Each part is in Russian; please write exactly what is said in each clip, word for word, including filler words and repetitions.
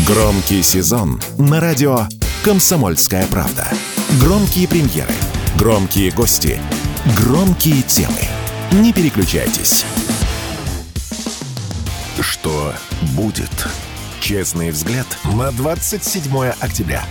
Громкий сезон на радио «Комсомольская правда». Громкие премьеры, громкие гости, громкие темы. Не переключайтесь. Что будет? Честный взгляд на двадцать седьмое октября.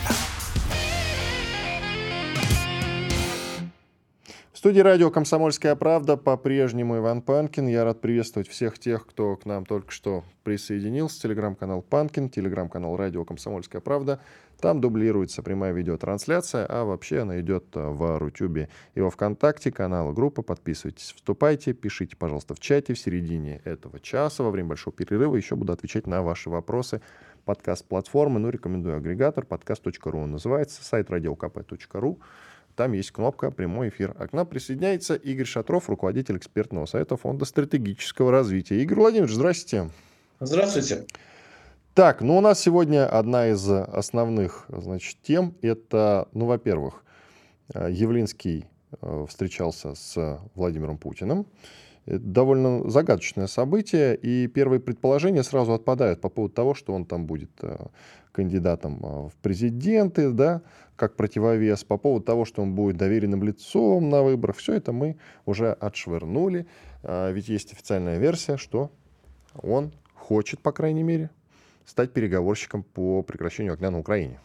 В студии радио «Комсомольская правда» по-прежнему Иван Панкин. Я рад приветствовать всех тех, кто к нам только что присоединился. Телеграм-канал Панкин, телеграм-канал радио «Комсомольская правда». Там дублируется прямая видеотрансляция, а вообще она идет в Рутюбе и во Вконтакте, канал и группа. Подписывайтесь, вступайте, пишите, пожалуйста, в чате в середине этого часа. Во время большого перерыва еще буду отвечать на ваши вопросы. Подкаст-платформы, ну, рекомендую агрегатор, подкаст точка ру он называется, сайт радио ка пэ точка ру. Там есть кнопка «Прямой эфир». А к нам присоединяется Игорь Шатров, руководитель экспертного совета Фонда стратегического развития. Игорь Владимирович, здравствуйте. Здравствуйте. Так, ну у нас сегодня одна из основных, значит, тем. Это, ну, во-первых, Явлинский встречался с Владимиром Путиным. Это довольно загадочное событие, и первые предположения сразу отпадают по поводу того, что он там будет кандидатом в президенты, да, как противовес, по поводу того, что он будет доверенным лицом на выборах. Все это мы уже отшвырнули. Ведь есть официальная версия, что он хочет, по крайней мере, стать переговорщиком по прекращению огня на Украине.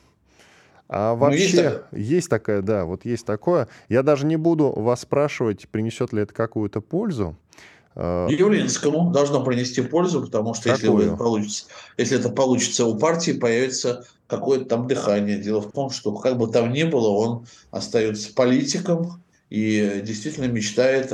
А вообще, ну, есть, есть такая, да, вот есть такое. Я даже не буду вас спрашивать, принесет ли это какую-то пользу. Явлинскому должно принести пользу, потому что если, будет получится, если это получится у партии, появится какое-то там дыхание. Дело в том, что как бы там ни было, он остается политиком и действительно мечтает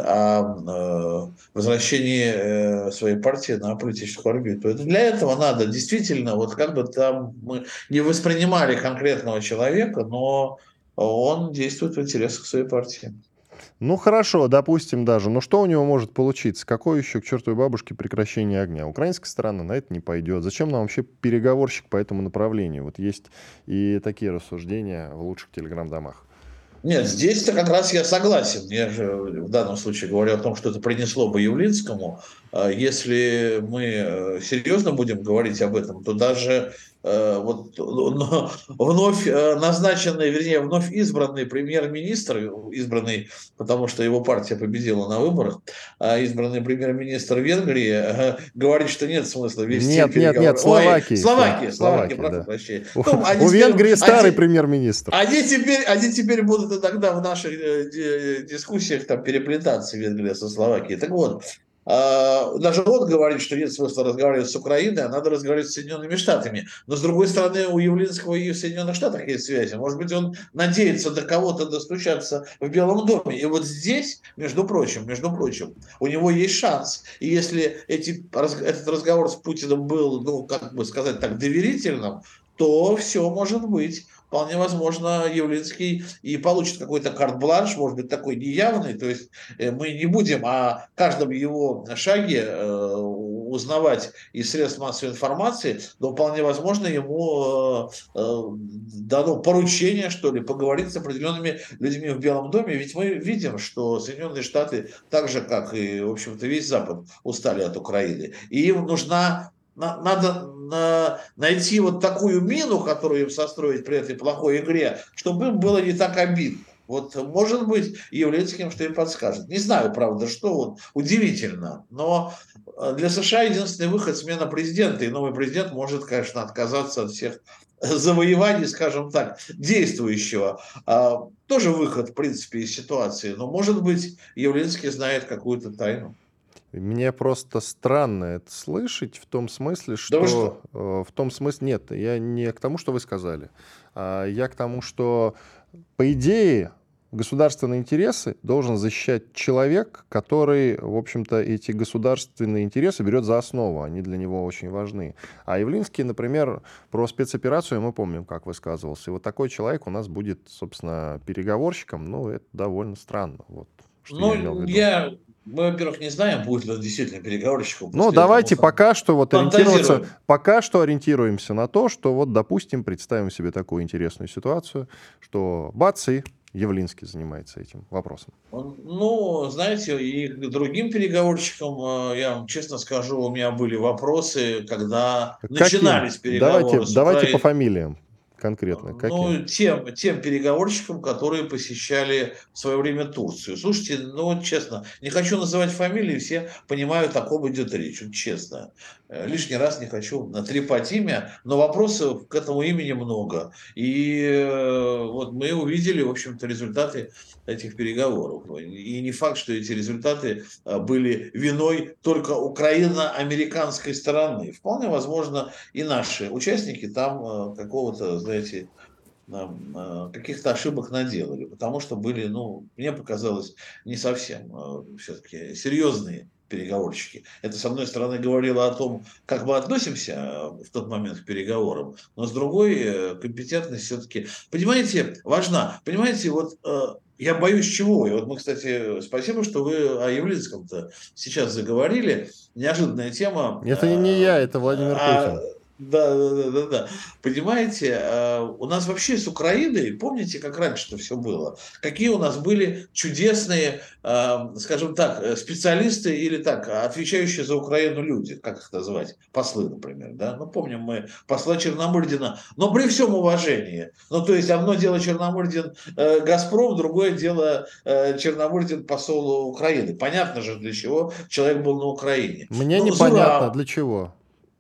о э, возвращении э, своей партии на политическую орбиту. Это для этого надо действительно, вот как бы там мы не воспринимали конкретного человека, но он действует в интересах своей партии. Ну хорошо, допустим даже. Но что у него может получиться? Какое еще к чертовой бабушке прекращение огня? Украинская сторона на это не пойдет. Зачем нам вообще переговорщик по этому направлению? Вот есть и такие рассуждения в лучших телеграм-домах. Нет, здесь-то как раз я согласен. Я же в данном случае говорю о том, что это принесло бы Явлинскому. Если мы серьезно будем говорить об этом, то даже вот вновь назначенный, вернее, вновь избранный премьер-министр, избранный, потому что его партия победила на выборах, а избранный премьер-министр Венгрии говорит, что нет смысла вести нет, переговоры. Нет, нет, Словакии. Ой, Словакия, Словакия, прошу да. прощения. У, ну, у теперь, Венгрии старый они, премьер-министр. Они теперь, они теперь будут иногда в наших дискуссиях там переплетаться, Венгрия со Словакией. Так вот, даже он говорит, что нет смысла разговаривать с Украиной, а надо разговаривать с Соединенными Штатами. Но, с другой стороны, у Явлинского и в Соединенных Штатах есть связи. Может быть, он надеется до кого-то достучаться в Белом доме. И вот здесь, между прочим, между прочим, у него есть шанс. И если эти, этот разговор с Путиным был, ну, как бы сказать так, доверительным, то все может быть. Вполне возможно, Явлинский и получит какой-то карт-бланш, может быть, такой неявный. То есть мы не будем о каждом его шаге э, узнавать из средств массовой информации, но вполне возможно, ему э, э, дано поручение, что ли, поговорить с определенными людьми в Белом доме. Ведь мы видим, что Соединенные Штаты, так же, как и, в общем-то, весь Запад, устали от Украины. И им нужна Надо найти вот такую мину, которую им состроить при этой плохой игре, чтобы им было не так обидно. Вот, может быть, Явлинским что им подскажет. Не знаю, правда, что вот. Удивительно. Но для США единственный выход — смена президента. И новый президент может, конечно, отказаться от всех завоеваний, скажем так, действующего. А, тоже выход, в принципе, из ситуации. Но, может быть, Явлинский знает какую-то тайну. Мне просто странно это слышать в том смысле, что... Да что? Э, в том смысле... Нет, я не к тому, что вы сказали. А я к тому, что, по идее, государственные интересы должен защищать человек, который, в общем-то, эти государственные интересы берет за основу. Они для него очень важны. А Явлинский, например, про спецоперацию мы помним, как высказывался. И вот такой человек у нас будет, собственно, переговорщиком. Ну, это довольно странно. Вот, что ну, я имел в виду. Я... Мы, во-первых, не знаем, будет ли он действительно переговорщиком. Ну, давайте пока что вот ориентироваться, фантазируем. пока что ориентируемся на то, что вот, допустим, представим себе такую интересную ситуацию, что бац, и Явлинский занимается этим вопросом? Ну, знаете, и к другим переговорщикам, я вам честно скажу, у меня были вопросы, когда Каким? начинались Давайте, переговоры с давайте по Украиной. фамилиям конкретно. Каким? Ну, тем, тем переговорщикам, которые посещали в свое время Турцию. Слушайте, ну вот честно, не хочу называть фамилии, все понимают, о ком идет речь, вот честно. Э, Лишний раз не хочу трепать имя, но вопросов к этому имени много. И э, вот мы увидели, в общем-то, результаты этих переговоров. И не факт, что эти результаты э, были виной только украино-американской стороны. Вполне возможно, и наши участники там э, какого-то, знаете, нам, э, каких-то ошибок наделали, потому что были, ну, мне показалось, не совсем э, все-таки серьезные переговорщики. Это, с одной стороны, говорило о том, как мы относимся э, в тот момент к переговорам, но с другой, э, компетентность все-таки, понимаете, важна. Понимаете, вот э, я боюсь чего. И вот мы, кстати, спасибо, что вы о Явлинском-то сейчас заговорили. Неожиданная тема. Это не я, это Владимир А, Путин. да, да, да, да, да. Понимаете, э, у нас вообще с Украиной, помните, как раньше-то все было? Какие у нас были чудесные, э, скажем так, э, специалисты или так, отвечающие за Украину люди, как их назвать? Послы, например, да? Ну, помним мы посла Черномырдина, но при всем уважении. Ну, то есть, одно дело Черномырдин э, Газпром, другое дело э, Черномырдин посол Украины. Понятно же, для чего человек был на Украине. Мне Ну, непонятно, Зураб, для чего.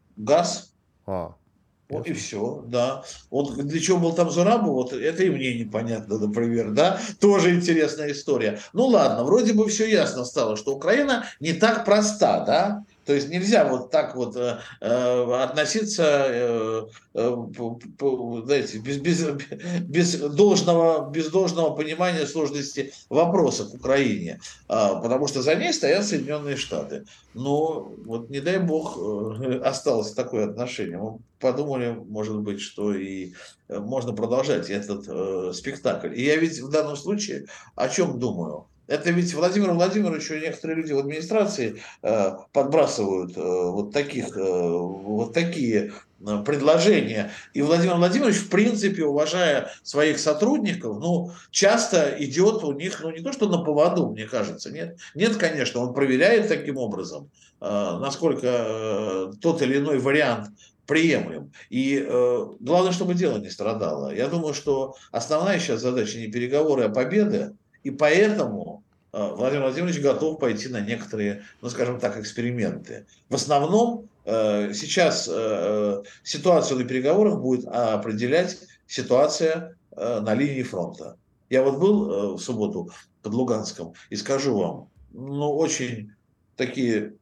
газ. А, Вот и ясно. все, да. Вот для чего был там Зурабов, вот это и мне непонятно, например, да. Тоже интересная история. Ну ладно, вроде бы все ясно стало, что Украина не так проста, да. То есть нельзя вот так вот э, э, относиться, э, э, п- п- знаете, без, без, без, должного, без должного понимания сложности вопроса к Украине. А, потому что за ней стоят Соединенные Штаты. Но вот не дай бог э, осталось такое отношение. Мы подумали, может быть, что и э, можно продолжать этот э, спектакль. И я ведь в данном случае о чем думаю? Это ведь Владимиру Владимировичу и некоторые люди в администрации э, подбрасывают э, вот, таких, э, вот такие э, предложения. И Владимир Владимирович, в принципе, уважая своих сотрудников, ну, часто идет у них, ну, не то что на поводу, мне кажется, нет. Нет, конечно, он проверяет таким образом, э, насколько э, тот или иной вариант приемлем. И э, главное, чтобы дело не страдало. Я думаю, что основная сейчас задача не переговоры, а победы. И поэтому э, Владимир Владимирович готов пойти на некоторые, ну, скажем так, эксперименты. В основном э, сейчас э, ситуацию на переговорах будет определять ситуация э, на линии фронта. Я вот был э, в субботу под Луганском и скажу вам, ну, очень такие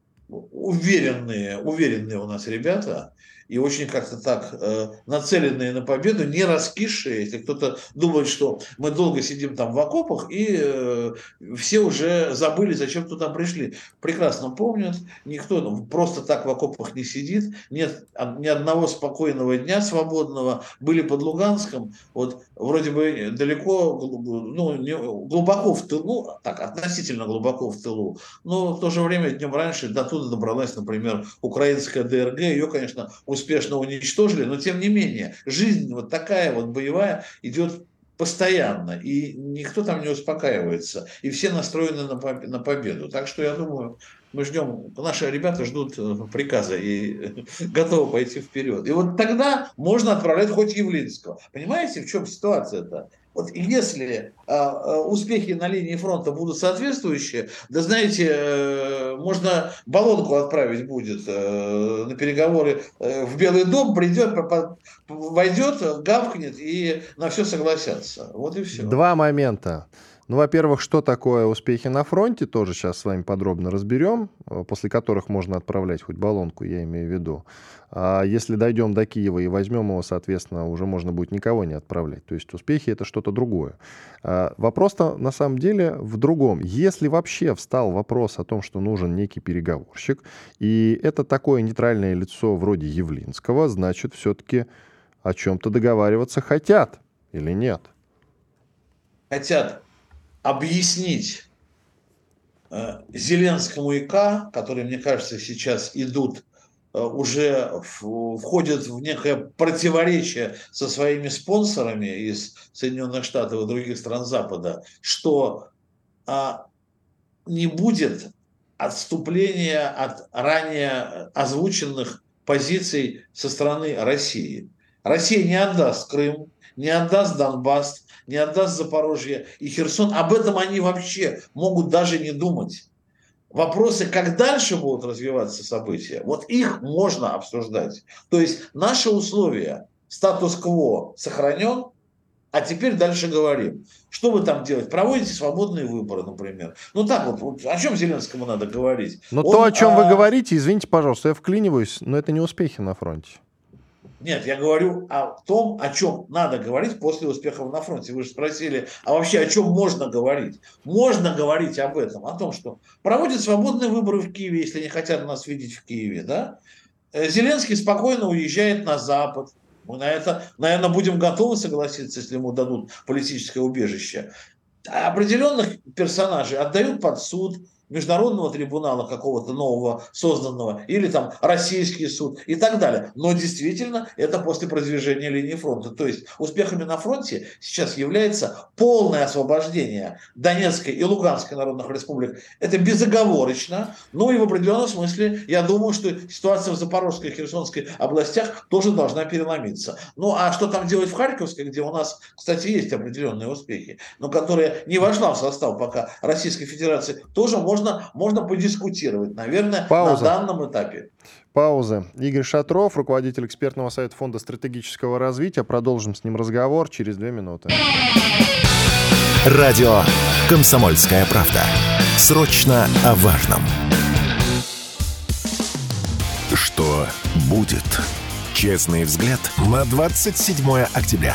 уверенные, уверенные у нас ребята, и очень как-то так э, нацеленные на победу, не раскисшие. Если кто-то думает, что мы долго сидим там в окопах, и э, все уже забыли, зачем туда пришли. Прекрасно помнят, никто ну, просто так в окопах не сидит, нет ни одного спокойного дня свободного. Были под Луганском, вот вроде бы далеко, ну, не, глубоко в тылу, так, относительно глубоко в тылу, но в то же время днем раньше до туда добралась, например, украинская ДРГ, ее, конечно, успешно уничтожили, но тем не менее, жизнь вот такая вот боевая идет постоянно, и никто там не успокаивается, и все настроены на, поб- на победу. Так что я думаю, мы ждем, наши ребята ждут э, приказа и готовы пойти вперед. И вот тогда можно отправлять хоть Явлинского. Понимаете, в чем ситуация-то? Вот если а, а, успехи на линии фронта будут соответствующие, да знаете, э, можно баллонку отправить будет э, на переговоры э, в Белый дом, придет, войдет, гавкнет и на все согласятся. Вот и все. Два момента. Ну, во-первых, что такое успехи на фронте, тоже сейчас с вами подробно разберем, э, после которых можно отправлять хоть баллонку, я имею в виду. А если дойдем до Киева и возьмем его, соответственно, уже можно будет никого не отправлять. То есть успехи — это что-то другое. А вопрос-то на самом деле в другом. Если вообще встал вопрос о том, что нужен некий переговорщик, и это такое нейтральное лицо вроде Явлинского, значит, все-таки о чем-то договариваться хотят или нет? Хотят объяснить э, Зеленскому и К, которые, мне кажется, сейчас идут уже входит в некое противоречие со своими спонсорами из Соединенных Штатов и других стран Запада, что а, не будет отступления от ранее озвученных позиций со стороны России. Россия не отдаст Крым, не отдаст Донбасс, не отдаст Запорожье и Херсон. Об этом они вообще могут даже не думать. Вопросы, как дальше будут развиваться события, вот их можно обсуждать. То есть наши условия, статус-кво сохранен, а теперь дальше говорим. Что вы там делаете? Проводите свободные выборы, например. Ну так вот, вот о чем Зеленскому надо говорить? Но Он, то, о чем а... вы говорите, извините, пожалуйста, я вклиниваюсь, но это не успехи на фронте. Нет, я говорю о том, о чем надо говорить после успехов на фронте. Вы же спросили, а вообще о чем можно говорить? Можно говорить об этом, о том, что проводят свободные выборы в Киеве, если не хотят нас видеть в Киеве, да? Зеленский спокойно уезжает на Запад. Мы на это, наверное, будем готовы согласиться, если ему дадут политическое убежище. Определенных персонажей отдают под суд международного трибунала какого-то нового созданного, или там российский суд и так далее. Но действительно это после продвижения линии фронта. То есть успехами на фронте сейчас является полное освобождение Донецкой и Луганской народных республик. Это безоговорочно. Ну и в определенном смысле я думаю, что ситуация в Запорожской и Херсонской областях тоже должна переломиться. Ну а что там делать в Харьковской, где у нас, кстати, есть определенные успехи, но которая не вошла в состав пока Российской Федерации, тоже можно Можно, можно подискутировать, наверное, Пауза. на данном этапе. Пауза. Игорь Шатров, руководитель экспертного совета Фонда стратегического развития. Продолжим с ним разговор через две минуты. Радио «Комсомольская правда». Срочно о важном. Что будет? Честный взгляд на двадцать седьмое октября.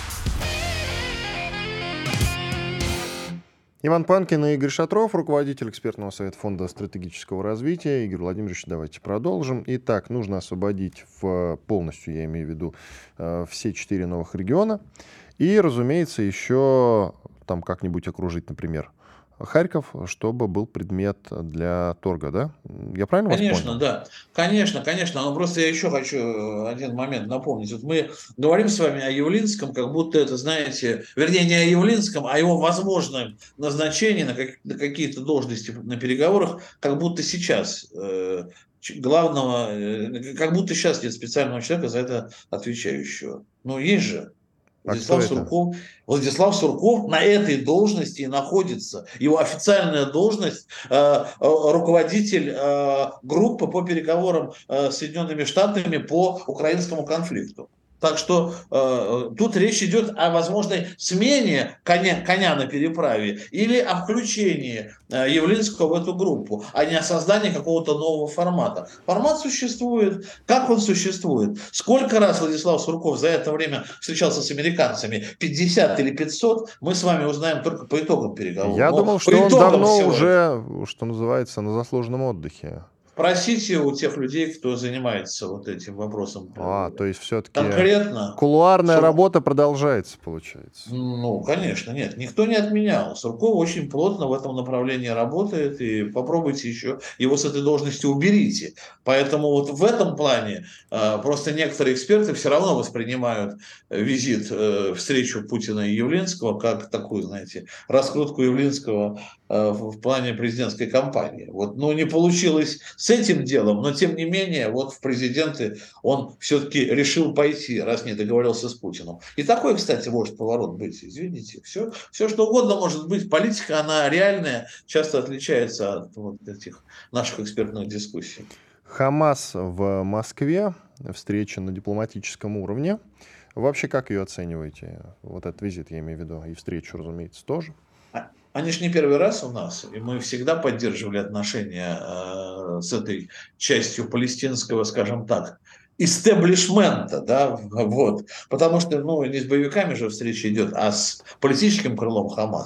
Иван Панкин и Игорь Шатров, руководитель экспертного совета Фонда стратегического развития. Игорь Владимирович, давайте продолжим. Итак, нужно освободить в, полностью, я имею в виду, все четыре новых региона. И, разумеется, еще там как-нибудь окружить, например, Харьков, чтобы был предмет для торга, да? Я правильно вас понял? Конечно, да. Конечно, конечно. Но просто я еще хочу один момент напомнить. Вот мы говорим с вами о Явлинском, как будто это, знаете, вернее, не о Явлинском, а о его возможном назначении на, как, на какие-то должности на переговорах, как будто сейчас э, главного, э, как будто сейчас нет специального человека за это отвечающего. Но есть же. Владислав а Сурков. Владислав Сурков на этой должности и находится. Его официальная должность э, руководитель э, группы по переговорам э, с Соединенными Штатами по украинскому конфликту. Так что э, тут речь идет о возможной смене коня, коня на переправе или о включении э, Явлинского в эту группу, а не о создании какого-то нового формата. Формат существует. Как он существует? Сколько раз Владислав Сурков за это время встречался с американцами? пятьдесят или пятьсот? Мы с вами узнаем только по итогам переговоров. Я Но думал, что он итогам давно всего... уже, что называется, на заслуженном отдыхе. Спросите у тех людей, кто занимается вот этим вопросом. А, то есть все-таки конкретно кулуарная Сур... работа продолжается, получается. Ну, конечно, нет. Никто не отменял. Сурков очень плотно в этом направлении работает, и попробуйте еще его с этой должности уберите. Поэтому вот в этом плане э, просто некоторые эксперты все равно воспринимают визит, э, встречу Путина и Явлинского как такую, знаете, раскрутку Явлинского э, в плане президентской кампании. Вот, ну, не получилось с этим делом, но тем не менее, вот в президенты он все-таки решил пойти, раз не договорился с Путиным. И такой, кстати, может поворот быть, извините. Все, все что угодно может быть. Политика, она реальная, часто отличается от вот этих наших экспертных дискуссий. Хамас в Москве, встреча на дипломатическом уровне. Вообще, как ее оцениваете? Вот этот визит, я имею в виду, и встречу, разумеется, тоже. Они же не первый раз у нас, и мы всегда поддерживали отношения э, с этой частью палестинского, скажем так, истеблишмента, да, вот, потому что, ну, не с боевиками же встреча идет, а с политическим крылом Хамас.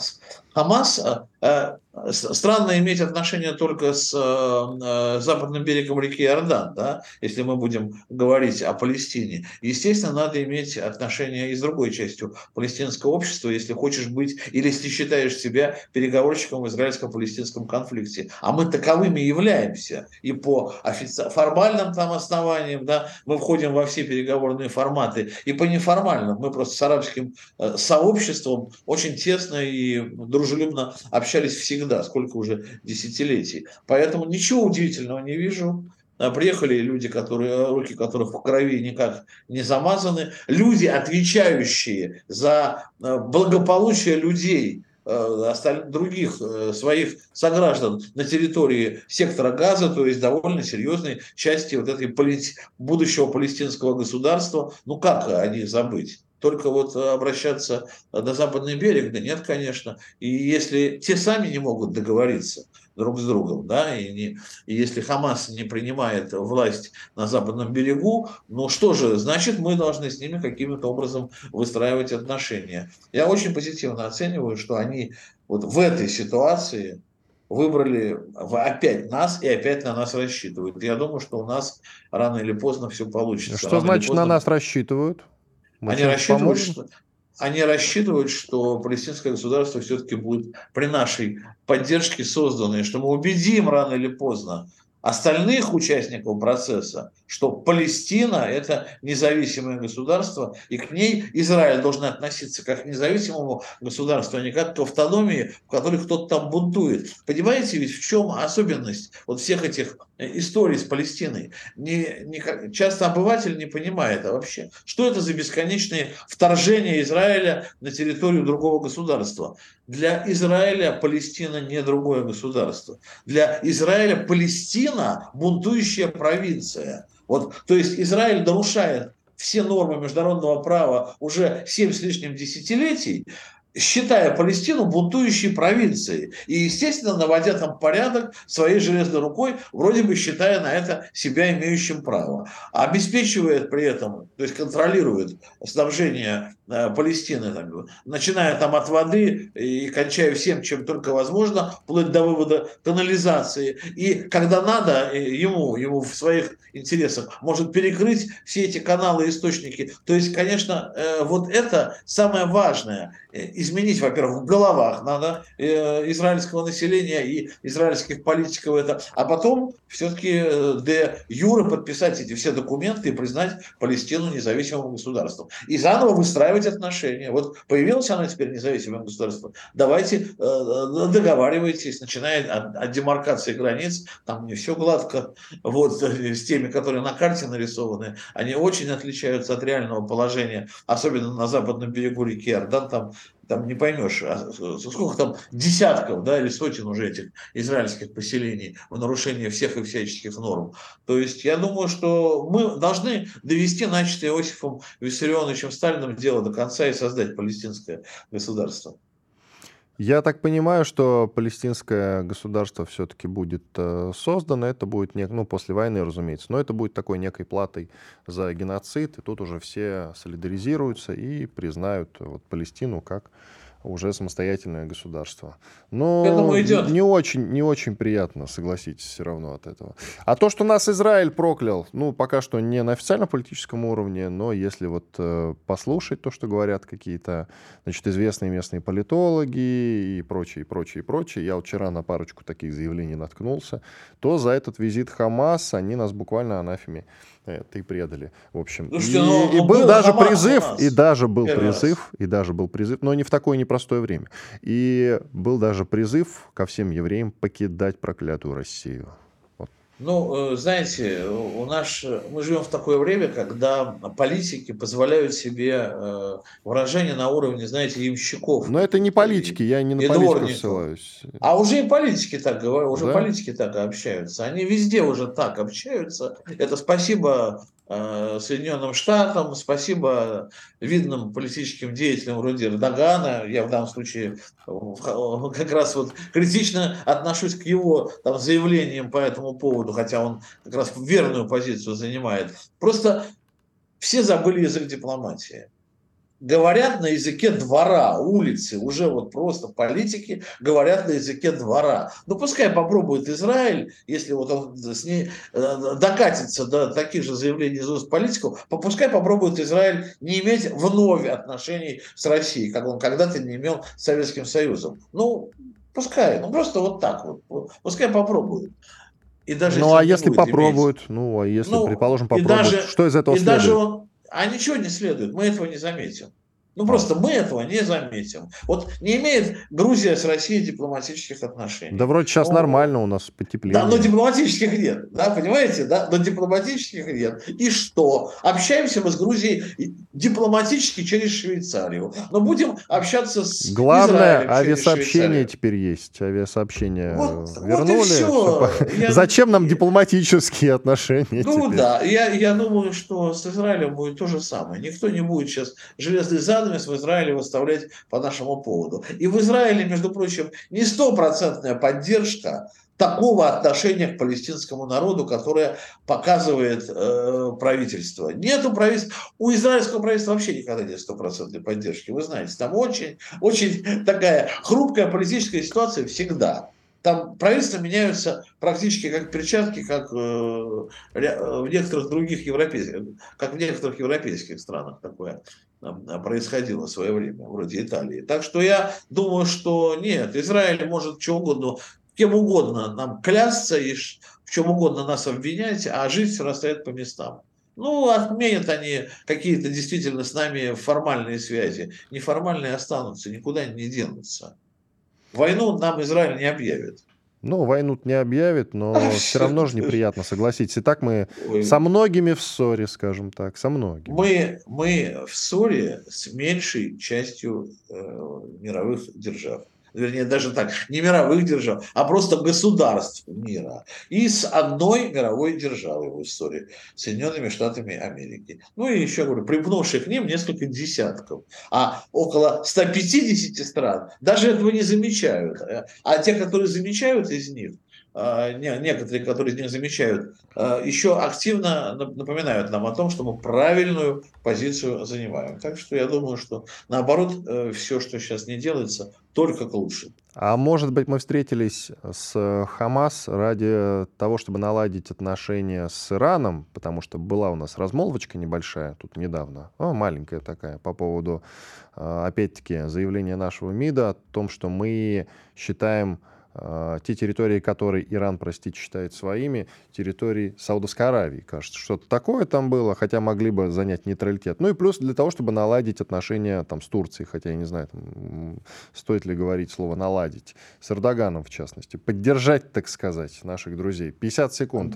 Хамас, э, странно иметь отношения только с э, западным берегом реки Иордан, да, если мы будем говорить о Палестине. Естественно, надо иметь отношения и с другой частью палестинского общества, если хочешь быть, или если считаешь себя переговорщиком в израильско-палестинском конфликте. А мы таковыми являемся. И по офици... формальным там основаниям, да, мы входим во все переговорные форматы, и по неформальным. Мы просто с арабским э, сообществом очень тесно и дружелюбно общались всегда, сколько уже десятилетий. Поэтому ничего удивительного не вижу. Приехали люди, которые, руки которых в крови никак не замазаны, люди, отвечающие за благополучие людей, других своих сограждан на территории сектора Газа, то есть довольно серьезной части вот этой будущего палестинского государства. Ну как о них забыть? Только вот обращаться на западный берег, да нет, конечно. И если те сами не могут договориться друг с другом, да, и, не, и если Хамас не принимает власть на западном берегу, ну что же, значит, мы должны с ними каким-то образом выстраивать отношения. Я очень позитивно оцениваю, что они вот в этой ситуации выбрали опять нас и опять на нас рассчитывают. Я думаю, что у нас рано или поздно все получится. Что рано значит поздно... на нас рассчитывают? Мы Они рассчитывают, что, они рассчитывают, что палестинское государство все-таки будет при нашей поддержке создано, и что мы убедим рано или поздно остальных участников процесса, что Палестина – это независимое государство, и к ней Израиль должен относиться как к независимому государству, а не как к автономии, в которой кто-то там бунтует. Понимаете, ведь в чем особенность вот всех этих историй с Палестиной? Не, не, часто обыватель не понимает, а вообще, что это за бесконечные вторжения Израиля на территорию другого государства. Для Израиля Палестина не другое государство. Для Израиля Палестина – бунтующая провинция. Вот, то есть Израиль нарушает все нормы международного права уже семь с лишним десятилетий, считая Палестину бунтующей провинцией. И, естественно, наводя там порядок своей железной рукой, вроде бы считая на это себя имеющим право. Обеспечивает при этом, то есть контролирует снабжение э, Палестины, там, начиная там от воды и кончая всем, чем только возможно, вплоть до вывода канализации. И когда надо, ему, ему в своих интересах может перекрыть все эти каналы и источники. То есть, конечно, э, вот это самое важное. Изменить, во-первых, в головах надо э, израильского населения и израильских политиков это, а потом все-таки э, де юре подписать эти все документы и признать Палестину независимым государством. И заново выстраивать отношения. Вот появилось оно теперь независимым государством, давайте э, договаривайтесь, начиная от, от демаркации границ, там не все гладко, вот, с теми, которые на карте нарисованы, они очень отличаются от реального положения, особенно на западном берегу реки Иордан, там там не поймешь, а сколько там десятков, да, или сотен уже этих израильских поселений в нарушении всех и всяческих норм. То есть я думаю, что мы должны довести начатое Иосифом Виссарионовичем Сталиным дело до конца и создать палестинское государство. Я так понимаю, что палестинское государство все-таки будет э, создано, это будет, не, ну, после войны, разумеется, но это будет такой некой платой за геноцид, и тут уже все солидаризируются и признают вот, Палестину как уже самостоятельное государство. Но не очень, не очень приятно, согласитесь, все равно от этого. А то, что нас Израиль проклял, ну, пока что не на официальном политическом уровне, но если вот э, послушать то, что говорят какие-то, значит, известные местные политологи и прочее, и прочее, и прочее, я вот вчера на парочку таких заявлений наткнулся, то за этот визит Хамас они нас буквально анафеме это и предали. В общем, Слушайте, и, ну, и ну, был был даже Хамас призыв, и даже был Первый призыв, раз. и даже был призыв, но не в такое непростое время. И был даже призыв ко всем евреям покидать проклятую Россию. Вот. Ну, знаете, у нас, мы живем в такое время, когда политики позволяют себе выражения на уровне, знаете, ямщиков. Но это не политики, я не на политиков ссылаюсь. А уже и политики так говорят, уже Да? политики так общаются. Они везде уже так общаются. Это спасибо э, Соединенным Штатам, спасибо видным политическим деятелям вроде Эрдогана. Я в данном случае как раз вот критично отношусь к его там, заявлениям по этому поводу, хотя он как раз верную позицию занимает. Просто все забыли язык дипломатии. говорят на языке двора, улицы, уже вот просто политики говорят на языке двора. Ну, пускай попробует Израиль, если вот он с ней докатится до таких же заявлений из уст политиков, пускай попробует Израиль не иметь вновь отношений с Россией, как он когда-то не имел с Советским Союзом. Ну, пускай, ну просто вот так вот, пускай попробует. И даже ну, если а он не если будет попробуют, иметь, ну, а если, ну, предположим, и попробуют, даже, что из этого и следует? даже он, а ничего не следует, мы этого не заметим. Ну, А. просто мы этого не заметим. Вот не имеет Грузия с Россией дипломатических отношений. Да вроде сейчас Ну, нормально у нас потепление. Да, но дипломатических нет, да, понимаете, да, но дипломатических нет. И что? Общаемся мы с Грузией дипломатически через Швейцарию, но будем общаться с Главное, Израилем через авиасообщение Швейцарию. теперь есть. Авиасообщение Вот, вернули. вот и все. Я... Зачем нам дипломатические отношения Ну теперь? да, я, я думаю, что с Израилем будет то же самое. Никто не будет сейчас железный занавес в Израиле выставлять по нашему поводу. И в Израиле, между прочим, не стопроцентная поддержка такого отношения к палестинскому народу, которое показывает э, правительство. Нету правительства. У израильского правительства вообще никогда нет стопроцентной поддержки. Вы знаете, там очень, очень такая хрупкая политическая ситуация всегда. Там правительства меняются практически как перчатки, как э, в некоторых других европейских, как в некоторых европейских странах такое происходило в свое время, вроде Италии. Так что я думаю, что нет, Израиль может что угодно, кем угодно нам клясться и в чем угодно нас обвинять, а жизнь все расстоит по местам. Ну, отменят они какие-то действительно с нами формальные связи. Неформальные останутся, никуда не денутся. Войну нам Израиль не объявит. Ну, войну не объявит, но А, все равно же неприятно, согласитесь. И так мы Ой. со многими в ссоре, скажем так, со многими. Мы, мы в ссоре с меньшей частью э, мировых держав. Вернее, даже так, не мировых держав, а просто государств мира. И с одной мировой державой в истории, Соединенными Штатами Америки. Ну и еще, говорю, припнувших к ним несколько десятков. А около ста пятидесяти стран даже этого не замечают. А те, которые замечают из них, некоторые, которые из них замечают, еще активно напоминают нам о том, что мы правильную позицию занимаем. Так что я думаю, что наоборот, все, что сейчас не делается, только к лучшему. А может быть, мы встретились с Хамас ради того, чтобы наладить отношения с Ираном, потому что была у нас размолвочка небольшая тут недавно, ну, маленькая такая, по поводу, опять-таки, заявления нашего МИДа о том, что мы считаем те территории, которые Иран, простите, считает своими, территории Саудовской Аравии, кажется. Что-то такое там было, хотя могли бы занять нейтралитет. Ну и плюс для того, чтобы наладить отношения там, с Турцией, хотя я не знаю, там, стоит ли говорить слово «наладить», с Эрдоганом, в частности. Поддержать, так сказать, наших друзей. пятьдесят секунд.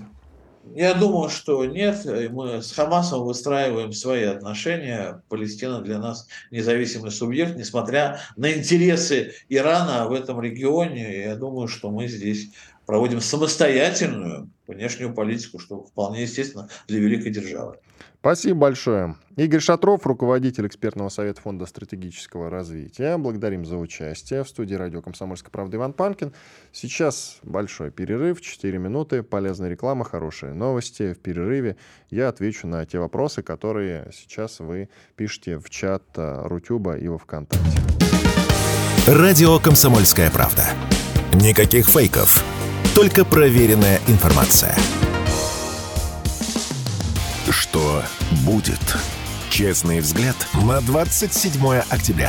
Я думаю, что нет. Мы с Хамасом выстраиваем свои отношения. Палестина для нас независимый субъект, несмотря на интересы Ирана в этом регионе. Я думаю, что мы здесь проводим самостоятельную внешнюю политику, что вполне естественно для великой державы. Спасибо большое. Игорь Шатров, руководитель экспертного совета Фонда стратегического развития. Благодарим за участие. В студии радио «Комсомольская правда» Иван Панкин. Сейчас большой перерыв, четыре минуты, полезная реклама, хорошие новости. В перерыве я отвечу на те вопросы, которые сейчас вы пишете в чат Рутюба и во ВКонтакте. Радио «Комсомольская правда». Никаких фейков, только проверенная информация. Что будет? Честный взгляд на двадцать седьмое октября.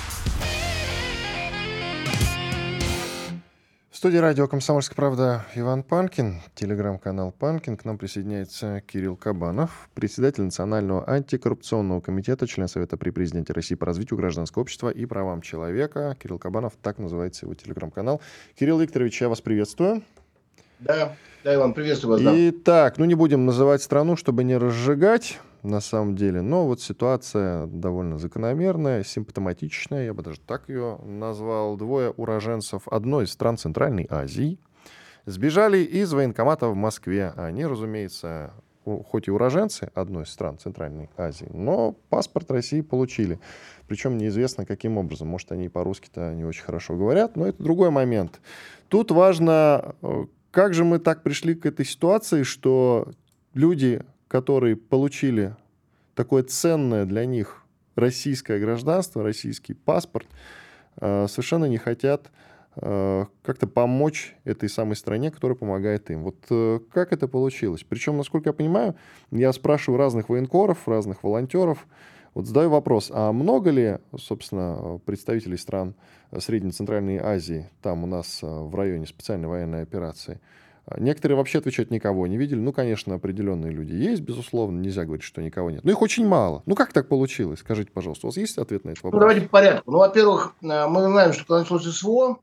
В студии радио «Комсомольская правда» Иван Панкин, телеграм-канал «Панкин». К нам присоединяется Кирилл Кабанов, председатель Национального антикоррупционного комитета, член Совета при президенте России по развитию гражданского общества и правам человека. Кирилл Кабанов, так называется его телеграм-канал. Кирилл Викторович, я вас приветствую. Да, да, Иван, приветствую вас. Да. Итак, ну не будем называть страну, чтобы не разжигать, на самом деле, но вот ситуация довольно закономерная, симптоматичная, я бы даже так ее назвал. Двое уроженцев одной из стран Центральной Азии сбежали из военкомата в Москве. Они, разумеется, хоть и уроженцы одной из стран Центральной Азии, но паспорт России получили. Причем неизвестно, каким образом. Может, они по-русски-то не очень хорошо говорят, но это другой момент. Тут важно... Как же мы так пришли к этой ситуации, что люди, которые получили такое ценное для них российское гражданство, российский паспорт, совершенно не хотят как-то помочь этой самой стране, которая помогает им. Вот как это получилось? Причем, насколько я понимаю, я спрашиваю разных военкоров, разных волонтеров, вот задаю вопрос, а много ли, собственно, представителей стран Средней и Центральной Азии там у нас в районе специальной военной операции? Некоторые вообще отвечают, никого не видели. Ну, конечно, определенные люди есть, безусловно, нельзя говорить, что никого нет. Но их очень мало. Ну, как так получилось? Скажите, пожалуйста, у вас есть ответ на этот вопрос? Ну, давайте по порядку. Ну, во-первых, мы знаем, что когда началось СВО,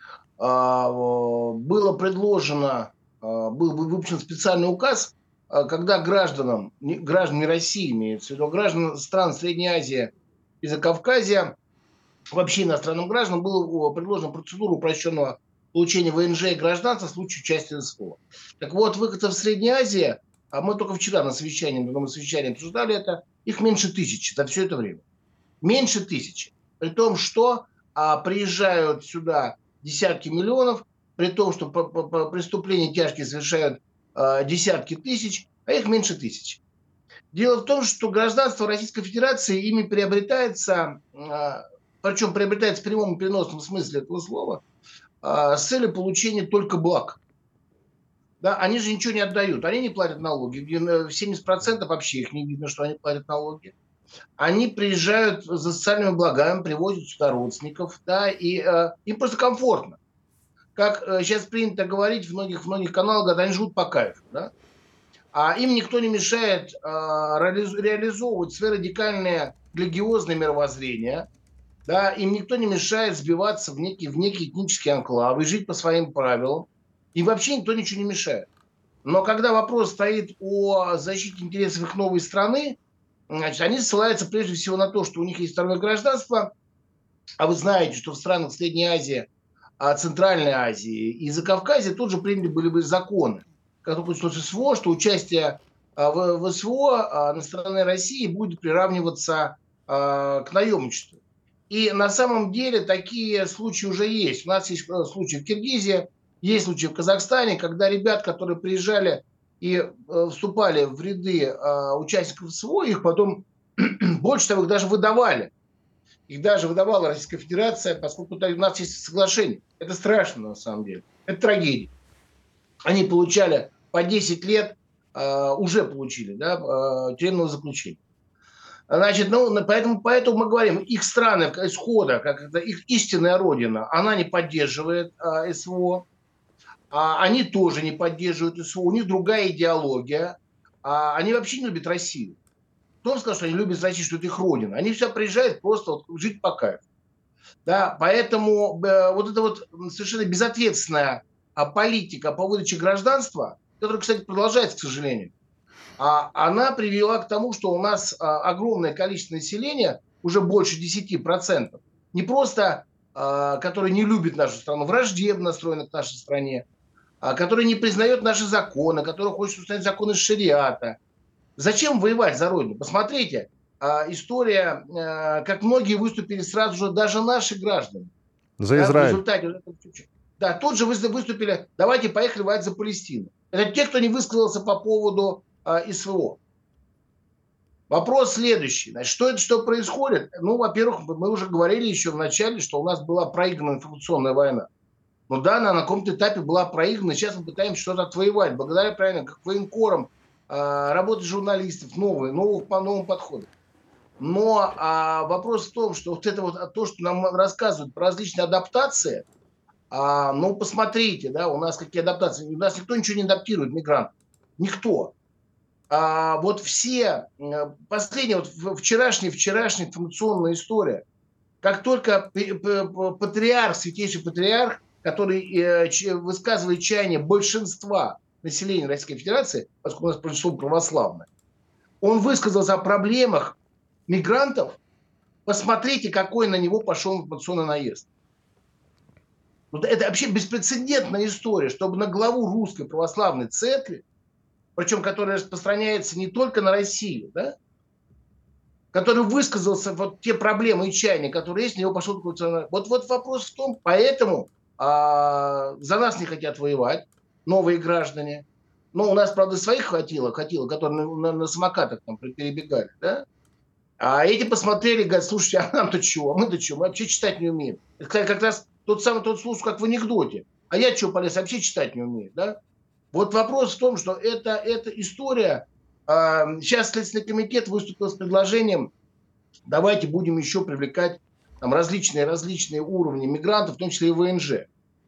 было предложено, был выпущен специальный указ, когда гражданам, гражданам России, имеется в виду, гражданам стран Средней Азии и Закавказья, вообще иностранным гражданам, была предложена процедура упрощенного получения ВНЖ и гражданства в случае участия в СВО. Так вот, выходцев в Средней Азии, а мы только вчера на совещании, на совещании обсуждали это, их меньше тысячи за все это время. Меньше тысячи. При том, что а, приезжают сюда десятки миллионов, при том, что по, по, по преступления тяжкие совершают а, десятки тысяч, а их меньше тысячи. Дело в том, что гражданство Российской Федерации ими приобретается, а, причем приобретается в прямом и переносном смысле этого слова, а, с целью получения только благ. Да, они же ничего не отдают, они не платят налоги, семьдесят процентов вообще их не видно, что они платят налоги. Они приезжают за социальными благами, привозят сюда родственников, да, и э, им просто комфортно. Как э, сейчас принято говорить в многих, в многих каналах, они живут по кайфу, да, а им никто не мешает э, реализовывать свои радикальные религиозные мировоззрения, да, им никто не мешает сбиваться в некие, в некие этнические анклавы, жить по своим правилам, им вообще никто ничего не мешает. Но когда вопрос стоит о защите интересов их новой страны, значит, они ссылаются прежде всего на то, что у них есть второе гражданство, а вы знаете, что в странах Средней Азии, Центральной Азии и Закавказья тут же приняты были бы законы, как только началось СВО, что участие в, в СВО на стороне России будет приравниваться к наемничеству. И на самом деле такие случаи уже есть. У нас есть случаи в Киргизии, есть случаи в Казахстане, когда ребят, которые приезжали и э, вступали в ряды э, участников СВО, их потом, больше того, их даже выдавали. Их даже выдавала Российская Федерация, поскольку у нас есть соглашение. Это страшно на самом деле. Это трагедия. Они получали по десять лет, э, уже получили, да, э, тюремного заключения. Значит, ну, поэтому, поэтому мы говорим, их страны исхода, как это их истинная родина, она не поддерживает э, СВО. А они тоже не поддерживают СВО, у них другая идеология, а они вообще не любят Россию. Кто сказал, что они любят Россию, что это их родина? Они все приезжают просто вот жить по кайфу. Да, поэтому э, вот эта вот совершенно безответственная а, политика по выдаче гражданства, которая, кстати, продолжается, к сожалению, а, она привела к тому, что у нас а, огромное количество населения, уже больше десяти процентов, не просто, а, которые не любят нашу страну, враждебно настроены к нашей стране, который не признает наши законы, который хочет установить законы шариата. Зачем воевать за Родину? Посмотрите, история, как многие выступили сразу же, даже наши граждане. За да, Израиль. В результате, да, тут же выступили, давайте поехали воевать за Палестину. Это те, кто не высказался по поводу а, СВО. Вопрос следующий. Значит, что это, что происходит? Ну, во-первых, мы уже говорили еще в начале, что у нас была проиграна информационная война. Ну да, она на каком-то этапе была проиграна. Сейчас мы пытаемся что-то отвоевать. Благодаря, правильно, как военкорам, э, работе журналистов, новые, новых по новым подходам. Но э, вопрос в том, что вот это вот то, что нам рассказывают про различные адаптации, э, ну посмотрите, да, у нас какие адаптации. У нас никто ничего не адаптирует, мигрантов. Никто. А вот все, последняя, вот вчерашняя, вчерашняя информационная история, как только патриарх, святейший патриарх, который э, высказывает чаяние большинства населения Российской Федерации, поскольку у нас произошло православное, он высказался о проблемах мигрантов. Посмотрите, какой на него пошел информационный наезд. Вот это вообще беспрецедентная история, чтобы на главу Русской Православной Церкви, причем которая распространяется не только на Россию, да, который высказался вот те проблемы и чаяния, которые есть, на него пошел такой... Вот, вот вопрос в том, поэтому А, за нас не хотят воевать новые граждане. Но у нас, правда, своих хватило, хватило, которые на, на, на самокатах там перебегали. Да? А эти посмотрели, говорят, слушайте, а нам-то чего? А мы-то чего? Мы вообще читать не умеем. Это как раз тот самый тот случай, как в анекдоте. А я что, полез, вообще читать не умею, да? Вот вопрос в том, что это, эта история... Э, сейчас Следственный комитет выступил с предложением, давайте будем еще привлекать там, различные, различные уровни мигрантов, в том числе и ВНЖ.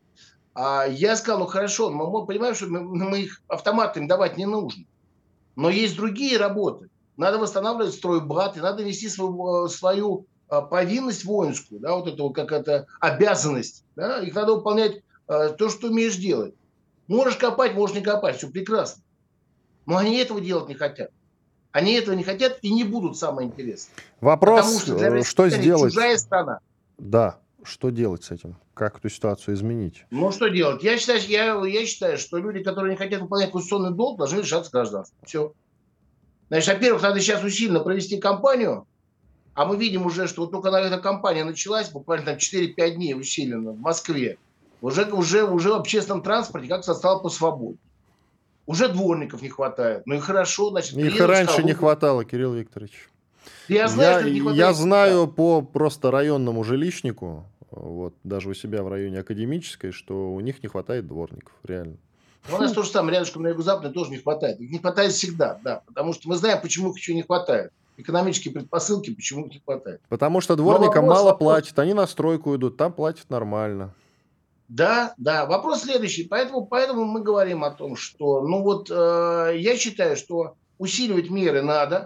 А я сказал, ну хорошо, мы понимаем, что мы, мы их автоматами давать не нужно. Но есть другие работы. Надо восстанавливать стройбат, и надо нести свою, свою а, повинность воинскую, да, вот эту как это обязанность. Да, их надо выполнять а, то, что умеешь делать. Можешь копать, можешь не копать, все прекрасно. Но они этого делать не хотят. Они этого не хотят и не будут, самое интересное. Вопрос, Потому что для России что сделать? Чужая страна. Да, что делать с этим? Как эту ситуацию изменить? Ну, что делать? Я считаю, я, я считаю, что люди, которые не хотят выполнять конституционный долг, должны лишаться гражданства. Все. Значит, во-первых, надо сейчас усиленно провести кампанию, а мы видим уже, что вот только эта кампания началась, буквально там четыре-пять дней усиленно в Москве, уже, уже, уже в общественном транспорте как-то стало посвободнее. Уже дворников не хватает. Ну и хорошо, значит... Их и раньше Калугу... не хватало, Кирилл Викторович. Я знаю, я, не хватает. Я знаю по просто районному жилищнику, вот, даже у себя в районе Академической, что у них не хватает дворников, реально. У нас тоже там рядышком на Юго-Западной тоже не хватает. Их не хватает всегда, да. Потому что мы знаем, почему их еще не хватает. Экономические предпосылки, почему их не хватает. Потому что дворникам вопрос, мало вопрос... платят, они на стройку идут, там платят нормально. Да, да. Вопрос следующий. Поэтому, поэтому мы говорим о том, что, ну вот, э, я считаю, что усиливать меры надо,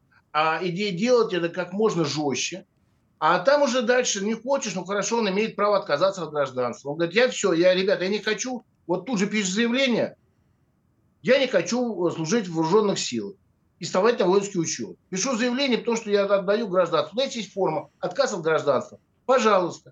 а идея делать это как можно жестче. А там уже дальше не хочешь, ну хорошо, он имеет право отказаться от гражданства. Он говорит, я все, я, ребята, я не хочу, вот тут же пишешь заявление, я не хочу служить в вооруженных силах и вставать на воинский учет. Пишу заявление, потому что я отдаю гражданство. У нас есть форма, отказ от гражданства. Пожалуйста.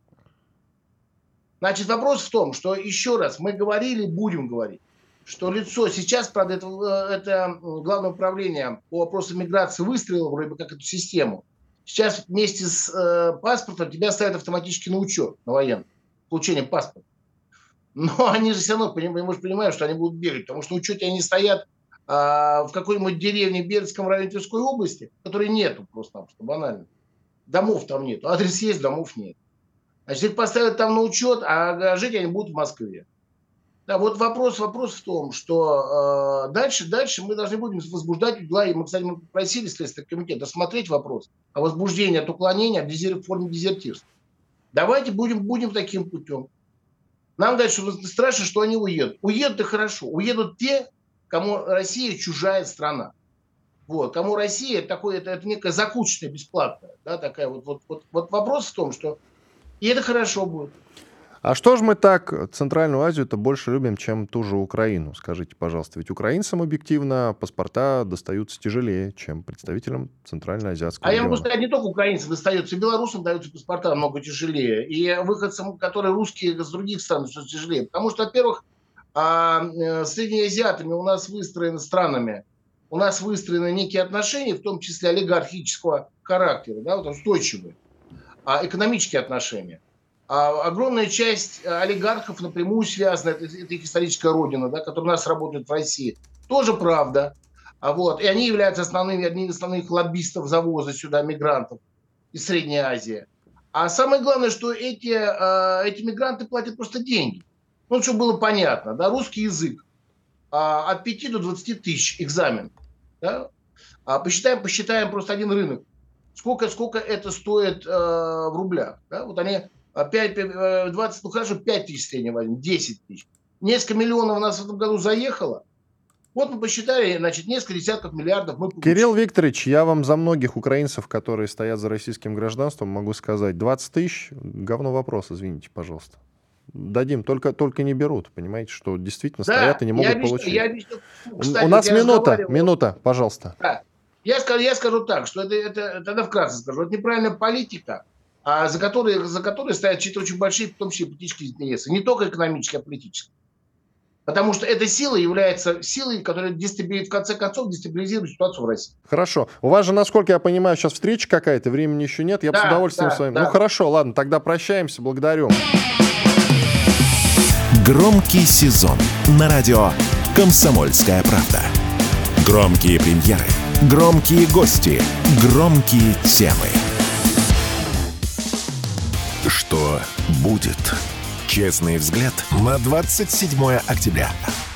Значит, вопрос в том, что еще раз мы говорили, будем говорить, что лицо сейчас, правда, это, это Главное управление по вопросам миграции выстроило вроде бы как эту систему. Сейчас вместе с э, паспортом тебя ставят автоматически на учет, на военный, получение паспорта. Но они же все равно, мы же понимаем, что они будут бегать, потому что на учете они стоят а, в какой-нибудь деревне в Бердском районе Тверской области, которой нету просто, что банально. Домов там нет, адрес есть, домов нет. Значит, их поставят там на учет, а жить они будут в Москве. Да, вот вопрос, вопрос в том, что э, дальше, дальше мы должны будем возбуждать дела, и мы, кстати, мы попросили Следственный комитет рассмотреть вопрос о возбуждении от уклонения в форме дезертирства. Давайте будем, будем таким путем. Нам дальше страшно, что они уедут. Уедут и хорошо. Уедут те, кому Россия чужая страна. Вот. Кому Россия такое, это, это некая закусочная бесплатная. Да, такая вот, вот, вот, вот вопрос в том, что и это хорошо будет. А что же мы так Центральную Азию-то больше любим, чем ту же Украину? Скажите, пожалуйста. Ведь украинцам объективно паспорта достаются тяжелее, чем представителям Центральноазиатского А региона. Я могу сказать, не только украинцам достается, и белорусам даются паспорта намного тяжелее. И выходцам, которые русские с других стран, все тяжелее. Потому что, во-первых, с среднеазиатами у нас выстроены странами, у нас выстроены некие отношения, в том числе олигархического характера, да, вот устойчивые, экономические отношения. А огромная часть олигархов напрямую связана, это, это их историческая родина, да, которая у нас работает в России. Тоже правда. А вот, и они являются основными, одними из основных лоббистов завоза сюда мигрантов из Средней Азии. А самое главное, что эти, эти мигранты платят просто деньги. Ну, чтобы было понятно, да, русский язык от пяти до двадцати тысяч экзамен. Да? А посчитаем, посчитаем просто один рынок. Сколько, сколько это стоит э, в рублях. Да? Вот они пять, двадцать, ну хорошо, пять тысяч среднего возьмем, десять тысяч. Несколько миллионов у нас в этом году заехало. Вот мы посчитали, значит, несколько десятков миллиардов мы получили. Кирилл Викторович, я вам за многих украинцев, которые стоят за российским гражданством, могу сказать, двадцать тысяч, говно вопрос, извините, пожалуйста. Дадим, только, только не берут, понимаете, что действительно да, стоят и не могут объясню, получить. Я объясню, кстати, У нас минута, минута, пожалуйста. Да. Я, скажу, я скажу так, что это, это, тогда вкратце скажу, это неправильная политика, а за которой, за которой стоят чьи-то очень большие, в том числе политические интересы, не только экономические, а политические. Потому что эта сила является силой, которая в конце концов дестабилизирует ситуацию в России. Хорошо. У вас же, насколько я понимаю, сейчас встреча какая-то, времени еще нет. Я да, бы с удовольствием да, с вами. Да. Ну хорошо, ладно, тогда прощаемся, благодарю. Громкий сезон на радио «Комсомольская правда». Громкие премьеры, Громкие гости, громкие темы. Что будет? Честный взгляд на двадцать седьмое октября.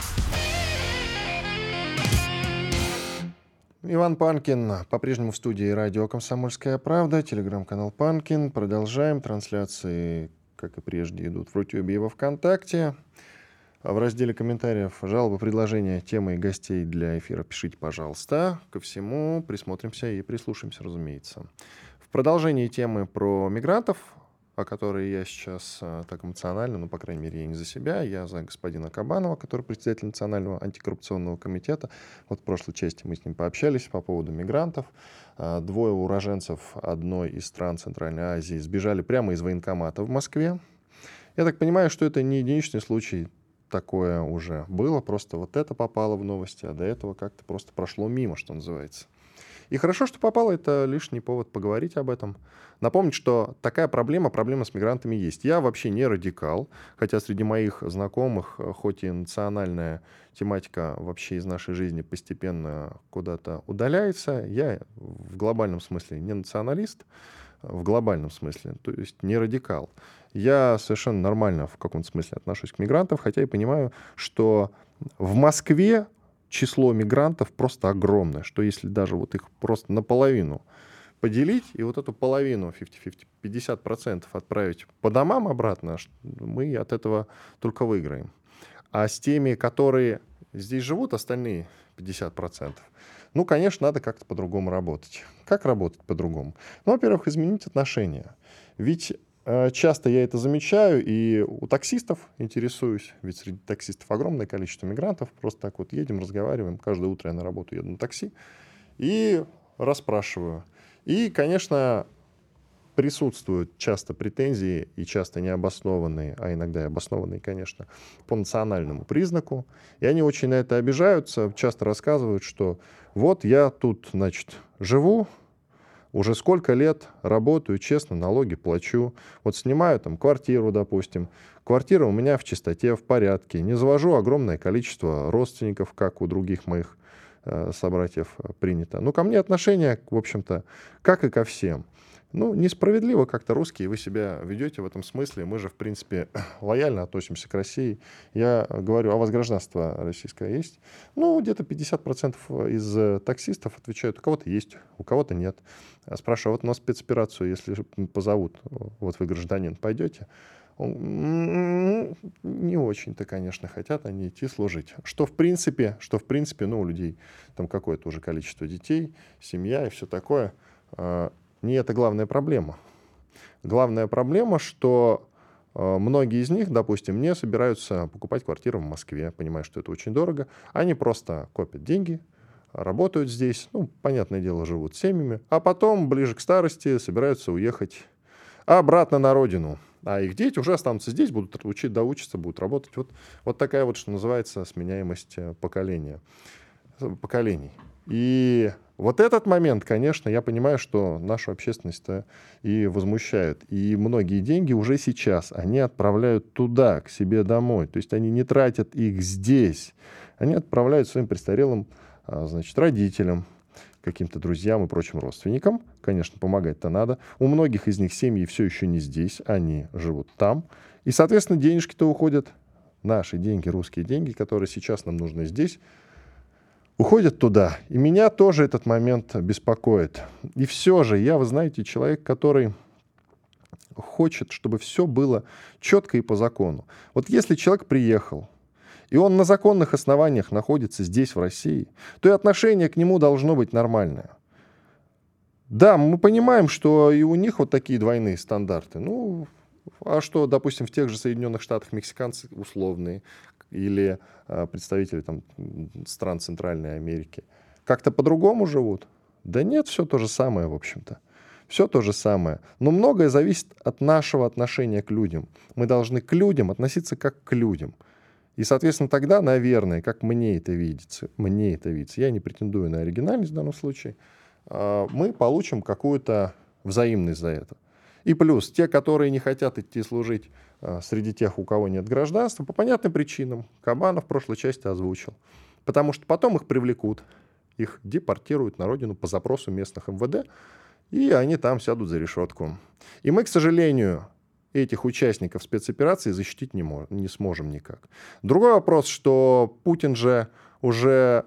Иван Панкин по-прежнему в студии радио «Комсомольская правда», телеграм-канал «Панкин». Продолжаем. Трансляции, как и прежде, идут в Рутюбе и во Вконтакте. В разделе комментариев жалобы, предложения, темы и гостей для эфира пишите, пожалуйста. Ко всему присмотримся и прислушаемся, разумеется. В продолжении темы про мигрантов, о которой я сейчас а, так эмоционально, ну, по крайней мере, я не за себя, я за господина Кабанова, который председатель Национального антикоррупционного комитета. Вот в прошлой части мы с ним пообщались по поводу мигрантов. А, двое уроженцев одной из стран Центральной Азии сбежали прямо из военкомата в Москве. Я так понимаю, что это не единичный случай, такое уже было, просто вот это попало в новости, а до этого как-то просто прошло мимо, что называется. И хорошо, что попало, это лишний повод поговорить об этом. Напомнить, что такая проблема, проблема с мигрантами есть. Я вообще не радикал, хотя среди моих знакомых, хоть и национальная тематика вообще из нашей жизни постепенно куда-то удаляется, я в глобальном смысле не националист, в глобальном смысле, то есть не радикал. Я совершенно нормально в каком-то смысле отношусь к мигрантам, хотя и понимаю, что в Москве число мигрантов просто огромное, что если даже вот их просто наполовину поделить и вот эту половину, пятьдесят процентов отправить по домам обратно, мы от этого только выиграем. А с теми, которые здесь живут, остальные пятьдесят процентов, ну, конечно, надо как-то по-другому работать. Как работать по-другому? Ну, во-первых, изменить отношения. Ведь э, часто я это замечаю, и у таксистов интересуюсь, ведь среди таксистов огромное количество мигрантов. Просто так вот едем, разговариваем. Каждое утро я на работу еду на такси и расспрашиваю. И, конечно, присутствуют часто претензии, и часто необоснованные, а иногда и обоснованные, конечно, по национальному признаку. И они очень на это обижаются, часто рассказывают, что вот я тут, значит, живу, уже сколько лет работаю, честно, налоги плачу, вот снимаю там квартиру, допустим, квартира у меня в чистоте, в порядке, не завожу огромное количество родственников, как у других моих э, собратьев принято. Ну, ко мне отношение, в общем-то, как и ко всем. Ну, несправедливо как-то русские вы себя ведете в этом смысле. Мы же, в принципе, лояльно относимся к России. Я говорю, а у вас гражданство российское есть? Ну, где-то пятьдесят процентов из таксистов отвечают, у кого-то есть, у кого-то нет. Спрашиваю, а вот на спецоперацию, если позовут, вот вы гражданин, пойдете? Не очень-то, конечно, хотят они идти служить. Что в принципе, что в принципе, ну, у людей там какое-то уже количество детей, семья и все такое. Не это главная проблема. Главная проблема, что э, многие из них, допустим, не собираются покупать квартиру в Москве, понимая, что это очень дорого. Они просто копят деньги, работают здесь, ну, понятное дело, живут семьями, а потом, ближе к старости, собираются уехать обратно на родину. А их дети уже останутся здесь, будут учить, доучиться, будут работать. Вот, вот такая вот, что называется, сменяемость поколения, поколений. И вот этот момент, конечно, я понимаю, что нашу общественность-то и возмущает. И многие деньги уже сейчас они отправляют туда, к себе домой. То есть они не тратят их здесь. Они отправляют своим престарелым, значит, родителям, каким-то друзьям и прочим родственникам. Конечно, помогать-то надо. У многих из них семьи все еще не здесь, они живут там. И, соответственно, денежки-то уходят, наши деньги, русские деньги, которые сейчас нам нужны здесь, уходят туда. И меня тоже этот момент беспокоит. И все же, я, вы знаете, человек, который хочет, чтобы все было четко и по закону. Вот если человек приехал, и он на законных основаниях находится здесь, в России, то и отношение к нему должно быть нормальное. Да, мы понимаем, что и у них вот такие двойные стандарты. Ну, а что, допустим, в тех же Соединенных Штатах мексиканцы условные, или а, представители там, стран Центральной Америки как-то по-другому живут? Да нет, все то же самое, в общем-то. Все то же самое. Но многое зависит от нашего отношения к людям. Мы должны к людям относиться как к людям. И, соответственно, тогда, наверное, как мне это видится, мне это видится, я не претендую на оригинальность в данном случае, а, мы получим какую-то взаимность за это. И плюс, те, которые не хотят идти служить а, среди тех, у кого нет гражданства, по понятным причинам, Кабанов в прошлой части озвучил. Потому что потом их привлекут. их депортируют на родину по запросу местных эм вэ дэ, и они там сядут за решетку. И мы, к сожалению, этих участников спецоперации защитить не, мож- не сможем никак. Другой вопрос, что Путин же уже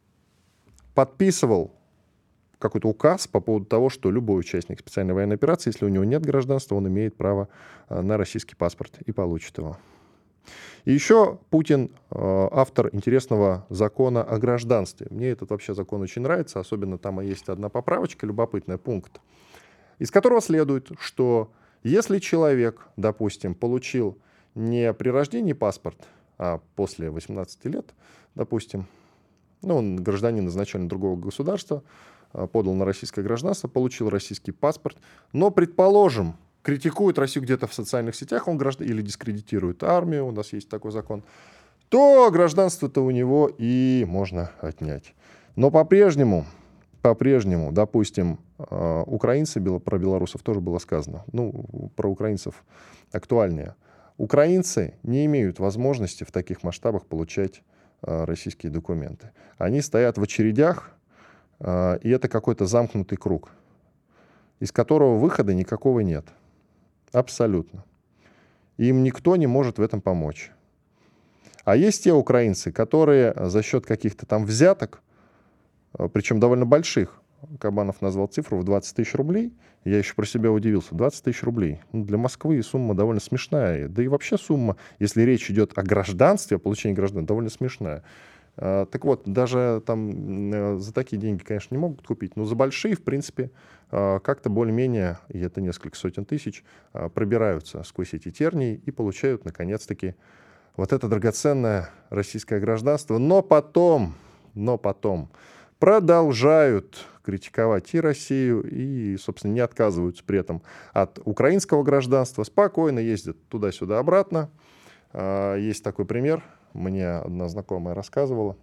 подписывал какой-то указ по поводу того, что любой участник специальной военной операции, если у него нет гражданства, он имеет право на российский паспорт и получит его. И еще Путин автор интересного закона о гражданстве. Мне этот вообще закон очень нравится, особенно там есть одна поправочка, любопытный пункт, из которого следует, что если человек, допустим, получил не при рождении паспорт, а после восемнадцати лет, допустим, ну, он гражданин изначально другого государства, подал на российское гражданство, получил российский паспорт, но, предположим, критикует Россию где-то в социальных сетях, он граждан... или дискредитирует армию, у нас есть такой закон, то гражданство-то у него и можно отнять. Но по-прежнему, по-прежнему, допустим, украинцы, про белорусов тоже было сказано, ну, про украинцев актуальнее. Украинцы не имеют возможности в таких масштабах получать российские документы. Они стоят в очередях, и это какой-то замкнутый круг, из которого выхода никакого нет. Абсолютно. Им никто не может в этом помочь. А есть те украинцы, которые за счет каких-то там взяток, причем довольно больших, Кабанов назвал цифру в двадцать тысяч рублей, я еще про себя удивился, двадцать тысяч рублей. Ну, для Москвы сумма довольно смешная. Да и вообще сумма, если речь идет о гражданстве, о получении гражданства, довольно смешная. Так вот, даже там за такие деньги, конечно, не могут купить, но за большие, в принципе, как-то более-менее, и это несколько сотен тысяч, пробираются сквозь эти тернии и получают, наконец-таки, вот это драгоценное российское гражданство. Но потом, но потом продолжают критиковать и Россию, и, собственно, не отказываются при этом от украинского гражданства, спокойно ездят туда-сюда обратно. Есть такой пример. Мне одна знакомая рассказывала.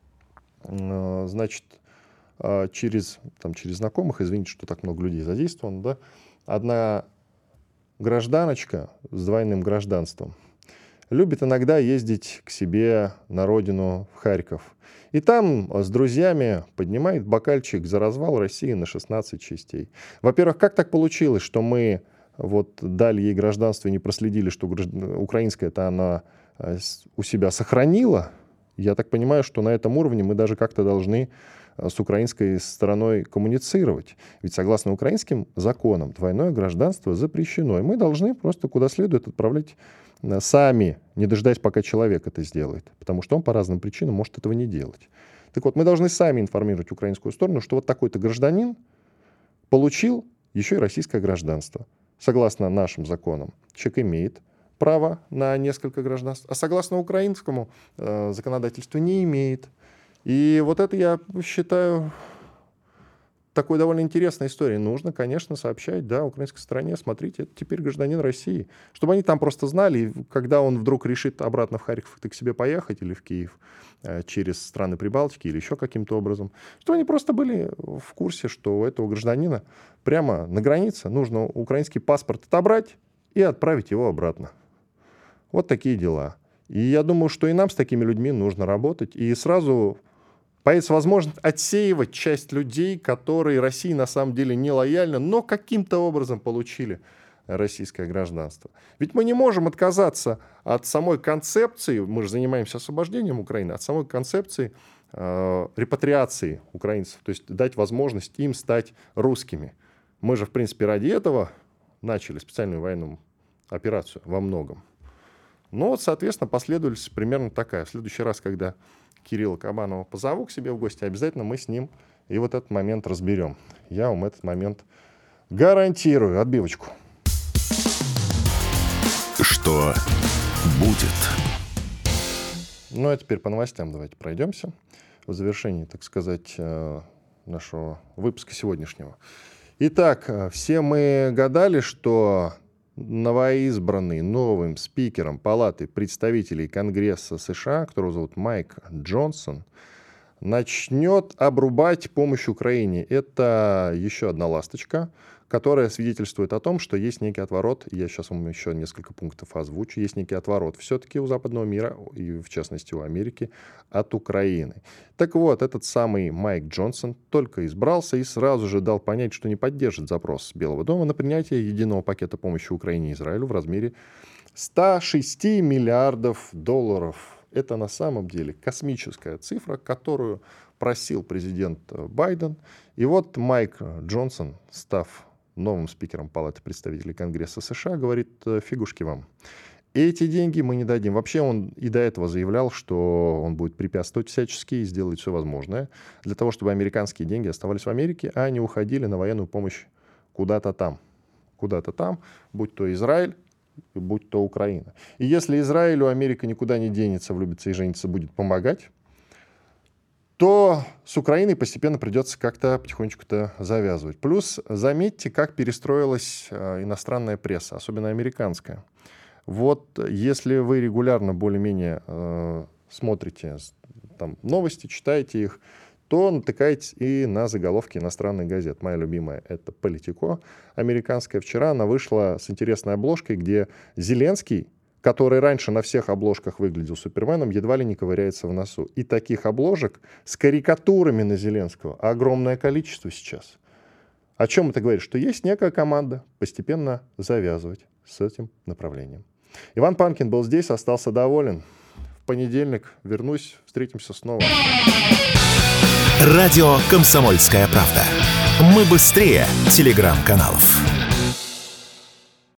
Значит, через, там, через знакомых, извините, что так много людей задействовано, да, одна гражданочка с двойным гражданством любит иногда ездить к себе на родину в Харьков. И там с друзьями поднимает бокальчик за развал России на шестнадцать частей. Во-первых, как так получилось, что мы вот дали ей гражданство и не проследили, что украинское-то она у себя сохранила? Я так понимаю, что на этом уровне мы даже как-то должны с украинской стороной коммуницировать. Ведь согласно украинским законам двойное гражданство запрещено. И мы должны просто куда следует отправлять сами, не дожидаясь, пока человек это сделает. Потому что он по разным причинам может этого не делать. Так вот, мы должны сами информировать украинскую сторону, что вот такой-то гражданин получил еще и российское гражданство. Согласно нашим законам, человек имеет право на несколько гражданств, а согласно украинскому э, законодательству не имеет. И вот это, я считаю, такой довольно интересной историей. Нужно, конечно, сообщать, да, украинской стороне, смотрите, это теперь гражданин России. Чтобы они там просто знали, когда он вдруг решит обратно в Харьков к себе поехать или в Киев э, через страны Прибалтики или еще каким-то образом, чтобы они просто были в курсе, что у этого гражданина прямо на границе нужно украинский паспорт отобрать и отправить его обратно. Вот такие дела. И я думаю, что и нам с такими людьми нужно работать. И сразу появится возможность отсеивать часть людей, которые России на самом деле не лояльны, но каким-то образом получили российское гражданство. Ведь мы не можем отказаться от самой концепции, мы же занимаемся освобождением Украины, от самой концепции э, репатриации украинцев, то есть дать возможность им стать русскими. Мы же, в принципе, ради этого начали специальную военную операцию во многом. Ну вот, соответственно, последовательность примерно такая. В следующий раз, когда Кирилла Кабанова позову к себе в гости, обязательно мы с ним и вот этот момент разберем. Я вам этот момент гарантирую. Отбивочку. Что будет? Ну, а теперь по новостям давайте пройдемся. В завершении, так сказать, нашего выпуска сегодняшнего. Итак, все мы гадали, что новоизбранный новым спикером Палаты представителей Конгресса США, которого зовут Майк Джонсон, начнет обрубать помощь Украине. Это еще одна ласточка, которая свидетельствует о том, что есть некий отворот, и я сейчас вам еще несколько пунктов озвучу, есть некий отворот все-таки у западного мира, и в частности у Америки, от Украины. Так вот, этот самый Майк Джонсон только избрался и сразу же дал понять, что не поддержит запрос Белого дома на принятие единого пакета помощи Украине и Израилю в размере ста шести миллиардов долларов. Это на самом деле космическая цифра, которую просил президент Байден. И вот Майк Джонсон, став новым спикером Палаты представителей Конгресса США, говорит: фигушки вам. Эти деньги мы не дадим. Вообще он и до этого заявлял, что он будет препятствовать всячески и сделать все возможное для того, чтобы американские деньги оставались в Америке, а не уходили на военную помощь куда-то там. Куда-то там, будь то Израиль, будь то Украина. И если Израилю Америка никуда не денется, влюбится и женится, будет помогать, то с Украиной постепенно придется как-то потихонечку-то завязывать. Плюс заметьте, как перестроилась иностранная пресса, особенно американская. Вот если вы регулярно более-менее э, смотрите там, новости, читаете их, то натыкаетесь и на заголовки иностранных газет. Моя любимая — это «Политико». Американская. Вчера она вышла с интересной обложкой, где Зеленский, который раньше на всех обложках выглядел Суперменом, едва ли не ковыряется в носу. И таких обложек с карикатурами на Зеленского огромное количество сейчас. О чем это говорит? Что есть некая команда постепенно завязывать с этим направлением. Иван Панкин был здесь, остался доволен. В понедельник вернусь, встретимся снова. Радио «Комсомольская правда». Мы быстрее телеграм-каналов.